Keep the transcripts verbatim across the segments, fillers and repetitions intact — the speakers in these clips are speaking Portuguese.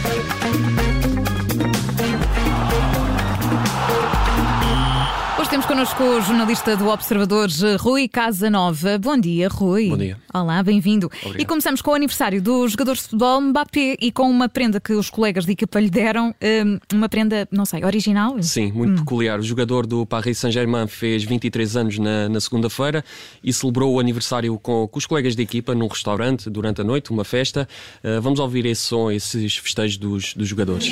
Hoje temos connosco o jornalista do Observador, Rui Casanova. Bom dia, Rui. Bom dia. Olá, bem-vindo. Obrigado. E começamos com o aniversário do jogador de futebol Mbappé e com uma prenda que os colegas de equipa lhe deram, uma prenda, não sei, original? Sim, muito hum. peculiar. O jogador do Paris Saint-Germain fez vinte e três anos na, na segunda-feira e celebrou o aniversário com, com os colegas de equipa num restaurante durante a noite, uma festa. Uh, vamos ouvir esse som, esses festejos dos, dos jogadores.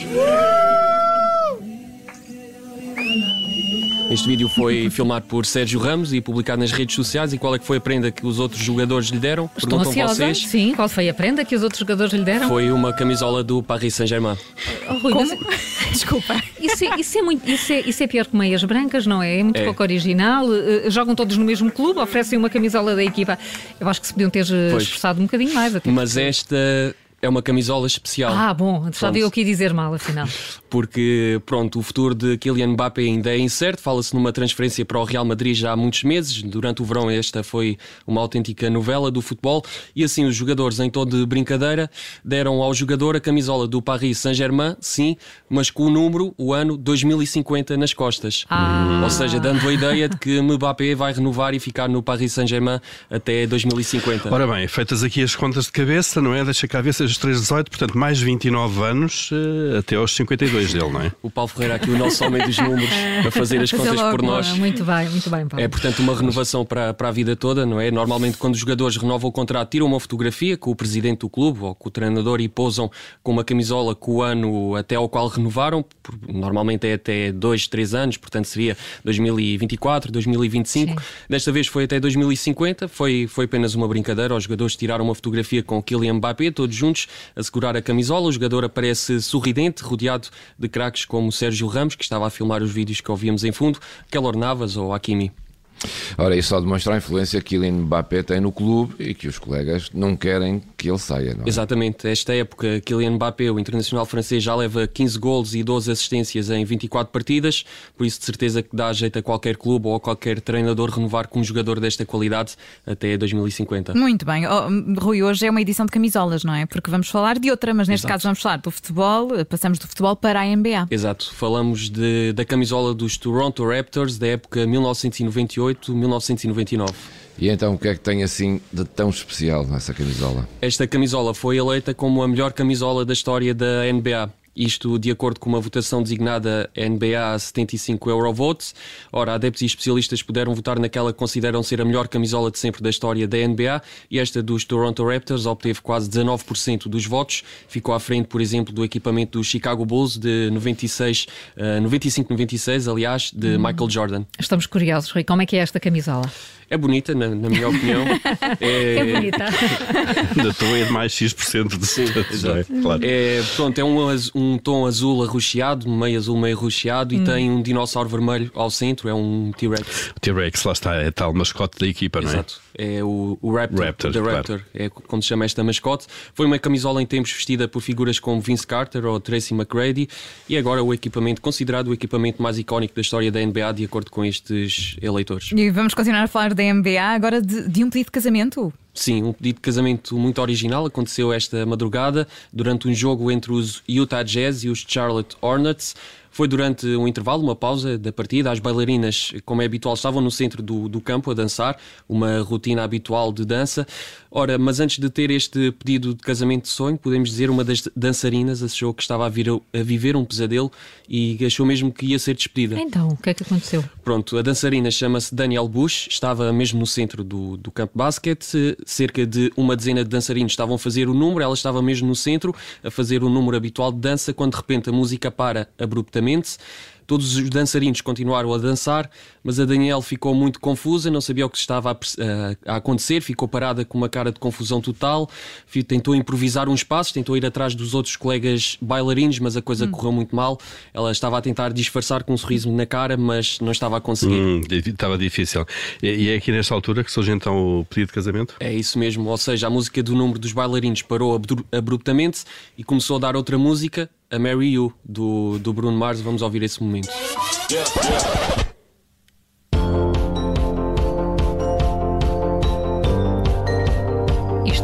Este vídeo foi filmado por Sérgio Ramos e publicado nas redes sociais. E qual é que foi a prenda que os outros jogadores lhe deram? Estou Perguntam ansiosa. vocês. Sim, qual foi a prenda que os outros jogadores lhe deram? Foi uma camisola do Paris Saint-Germain. Oh, Rui, Como? Mas... Desculpa. Isso é, isso, é muito, isso, é, isso é pior que meias brancas, não é? É muito É. pouco original. Uh, jogam todos no mesmo clube, oferecem uma camisola da equipa. Eu acho que se podiam ter uh, Pois. esforçado um bocadinho mais. Até Mas porque- esta é uma camisola especial. Ah, bom, já Pronto. vi o que ia dizer mal, afinal. Porque, pronto, o futuro de Kylian Mbappé ainda é incerto. Fala-se numa transferência para o Real Madrid já há muitos meses. Durante o verão esta foi uma autêntica novela do futebol. E assim os jogadores, em tom de brincadeira, deram ao jogador a camisola do Paris Saint-Germain, sim, mas com o número, o ano dois mil e cinquenta nas costas. Ah. Ou seja, dando a ideia de que Mbappé vai renovar e ficar no Paris Saint-Germain até dois mil e cinquenta. Ora bem, feitas aqui as contas de cabeça, não é? Deixa cá ver se as três dezoito, portanto mais vinte e nove anos eh, até aos cinquenta e dois dele, não é? O Paulo Ferreira aqui, o nosso homem dos números, a fazer as Fazer contas logo, por nós. Ah, muito bem, muito bem, Paulo. É, portanto, uma renovação para, para a vida toda, não é? Normalmente, quando os jogadores renovam o contrato, tiram uma fotografia com o presidente do clube ou com o treinador e pousam com uma camisola com o ano até ao qual renovaram. Por- Normalmente é até dois, três anos, portanto seria dois mil e vinte e quatro, dois mil e vinte e cinco. Sim. Desta vez foi até dois mil e cinquenta. Foi, foi apenas uma brincadeira. Os jogadores tiraram uma fotografia com Kylian Mbappé, todos juntos, a segurar a camisola. O jogador aparece sorridente, rodeado de craques como Sérgio Ramos, que estava a filmar os vídeos que ouvíamos em fundo, Keylor Navas ou Hakimi. Ora, isso só demonstra a influência que Kylian Mbappé tem no clube e que os colegas não querem que ele saia, não é? Exatamente, esta época Kylian Mbappé, o internacional francês, já leva quinze golos e doze assistências em vinte e quatro partidas, por isso de certeza que dá jeito a qualquer clube ou a qualquer treinador renovar com um jogador desta qualidade até dois mil e cinquenta. Muito bem. Oh, Rui, hoje é uma edição de camisolas, não é? Porque vamos falar de outra, mas neste Exato. caso vamos falar do futebol, passamos do futebol para a N B A. Exato, falamos de, da camisola dos Toronto Raptors da época mil novecentos e noventa e oito a mil novecentos e noventa e nove. E então o que é que tem assim de tão especial nessa camisola? Esta camisola foi eleita como a melhor camisola da história da N B A. Isto de acordo com uma votação designada N B A setenta e cinco Eurovotes. Ora, adeptos e especialistas puderam votar naquela que consideram ser a melhor camisola de sempre da história da N B A, e esta dos Toronto Raptors obteve quase dezanove por cento dos votos. Ficou à frente, por exemplo, do equipamento do Chicago Bulls de noventa e seis, uh, noventa e cinco noventa e seis, aliás, de Michael Jordan. Estamos curiosos, Rui, como é que é esta camisola? É bonita, na, na minha opinião. É, bonita. Ainda estou a mais X por cento de Sim, não é? exato. Claro. É, pronto, é um, az- um tom azul arroxeado, meio azul, meio arroxeado, e tem um dinossauro vermelho ao centro, é um T-Rex. O T-Rex, lá está, é tal mascote da equipa, não é? Exato. É o, o Raptor, Raptor, The claro. Raptor, é como se chama esta mascote. Foi uma camisola em tempos vestida por figuras como Vince Carter ou Tracy McGrady, e agora o equipamento, considerado o equipamento mais icónico da história da N B A, de acordo com estes eleitores. E vamos continuar a falar da N B A agora de, de um pedido de casamento. Sim, um pedido de casamento muito original aconteceu esta madrugada durante um jogo entre os Utah Jazz e os Charlotte Hornets. Foi durante um intervalo, uma pausa da partida. As bailarinas, como é habitual, estavam no centro do, do campo a dançar, uma rotina habitual de dança. Ora, mas antes de ter este pedido de casamento de sonho, podemos dizer, uma das dançarinas achou que estava a, vir, a viver um pesadelo e achou mesmo que ia ser despedida. Então, o que é que aconteceu? Pronto, a dançarina chama-se Danielle Bush, estava mesmo no centro do, do campo de basquete. Cerca de uma dezena de dançarinos estavam a fazer o número, ela estava mesmo no centro a fazer o número habitual de dança, quando de repente a música para abruptamente. Todos os dançarinos continuaram a dançar, mas a Danielle ficou muito confusa, não sabia o que estava a, a, a acontecer, ficou parada com uma cara de confusão total, tentou improvisar uns passos, tentou ir atrás dos outros colegas bailarinos, mas a coisa hum. correu muito mal. Ela estava a tentar disfarçar com um sorriso na cara, mas não estava a conseguir. Hum, estava difícil. E, e é aqui nesta altura que surge então o pedido de casamento? É isso mesmo, ou seja, a música do número dos bailarinos parou abruptamente e começou a dar outra música, a Marry You, do, do Bruno Mars. Vamos ouvir esse momento. Yeah, yeah. Isto baralha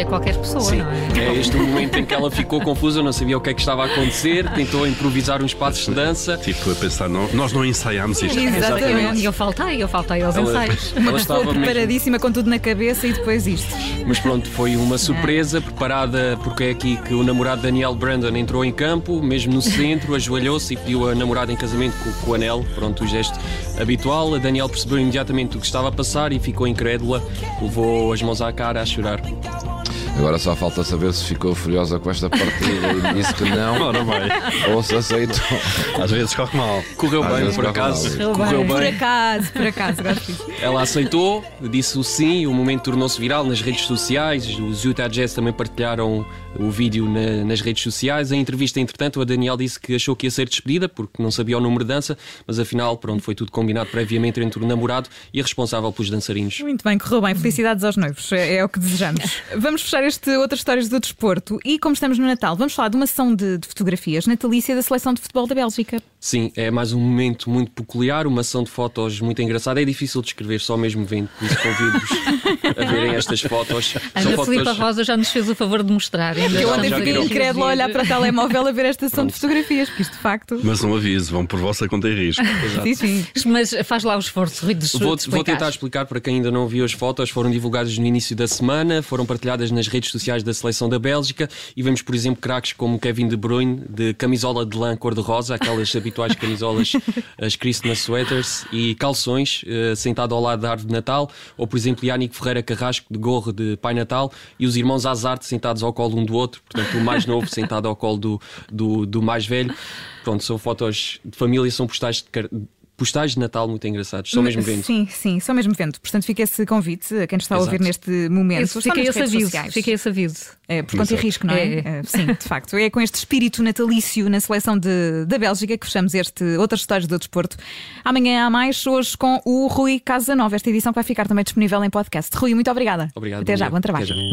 calha qualquer pessoa, Sim, não é? é este o momento em que ela ficou confusa, não sabia o que é que estava a acontecer, tentou improvisar uns passos de dança. Tipo, a pensar, não, nós não ensaiámos isto. Exatamente. E eu faltei, eu faltei aos Ela- ensaios. Uma Ela pessoa estava mesmo- preparadíssima com tudo na cabeça e depois isto. Mas pronto, foi uma surpresa preparada, porque é aqui que o namorado Danielle Brandon entrou em campo, mesmo no centro, ajoelhou-se e pediu a namorada em casamento com, com o anel. Pronto, o gesto habitual. A Danielle percebeu imediatamente o que estava a passar e ficou incrédula, levou as mãos à cara a chorar. Agora só falta saber se ficou furiosa com esta partida e disse que não, Ora vai. ou se aceitou. Às vezes corre mal. Correu Às bem, vezes por corre acaso. mal. Correu Por bem. acaso, por acaso, gosto disso. Ela aceitou, disse o sim, o momento tornou-se viral nas redes sociais. Os Utah Jazz também partilharam o vídeo na- nas redes sociais. Em entrevista, entretanto, a Danielle disse que achou que ia ser despedida porque não sabia o número de dança, mas afinal, pronto, foi tudo combinado previamente entre o namorado e a responsável pelos dançarinos. Muito bem, correu bem. Felicidades aos noivos, é, é o que desejamos. Vamos fechar este Outras Histórias do Desporto e, como estamos no Natal, vamos falar de uma sessão de, de fotografias natalícia da Seleção de Futebol da Bélgica. Sim, é mais um momento muito peculiar, uma ação de fotos muito engraçada. É difícil descrever, só mesmo vendo, por isso convido-vos a verem estas fotos. Ana São Filipa fotos... Rosa já nos fez o favor de mostrar. Ainda Eu já- ontem já fiquei viram. incrédula a olhar para o telemóvel a ver esta sessão de fotografias, porque isto de facto. Mas um aviso, vão por vossa conta e risco. Sim, sim. Mas faz lá o esforço, Rui, de Vou, vou explicar. tentar explicar para quem ainda não viu as fotos. Foram divulgadas no início da semana, foram partilhadas nas redes sociais da Seleção da Bélgica e vemos, por exemplo, craques como Kevin De Bruyne, de camisola de lã cor-de-rosa, aquelas habituais camisolas, as Christmas sweaters, e calções, eh, sentado ao lado da árvore de Natal, ou, por exemplo, Yannick Ferreira Carrasco, de gorro de Pai Natal, e os irmãos Hazard sentados ao colo um do outro, portanto, o mais novo sentado ao colo do, do, do mais velho. Pronto, são fotos de família, são postais de car... postais de Natal muito engraçados, só mesmo vendo. Sim, sim, só mesmo vendo. Portanto, fica esse convite a quem nos está a ouvir Exato. neste momento. Esse, Está fica nas esse redes aviso. sociais. Fica esse aviso. É, por conta e Exato. risco, não é? É. É, sim, de facto. É com este espírito natalício na seleção de, da Bélgica que fechamos este Outras Histórias do Desporto. Amanhã há mais, hoje com o Rui Casanova. Esta edição vai ficar também disponível em podcast. Rui, muito obrigada. Obrigado. Até já, dia. bom trabalho. Até já.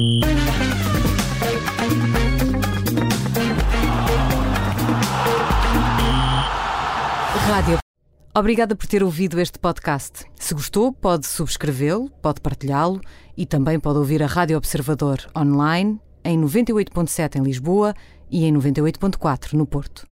Rádio. Obrigada por ter ouvido este podcast. Se gostou, pode subscrevê-lo, pode partilhá-lo e também pode ouvir a Rádio Observador online em noventa e oito ponto sete em Lisboa e em noventa e oito ponto quatro no Porto.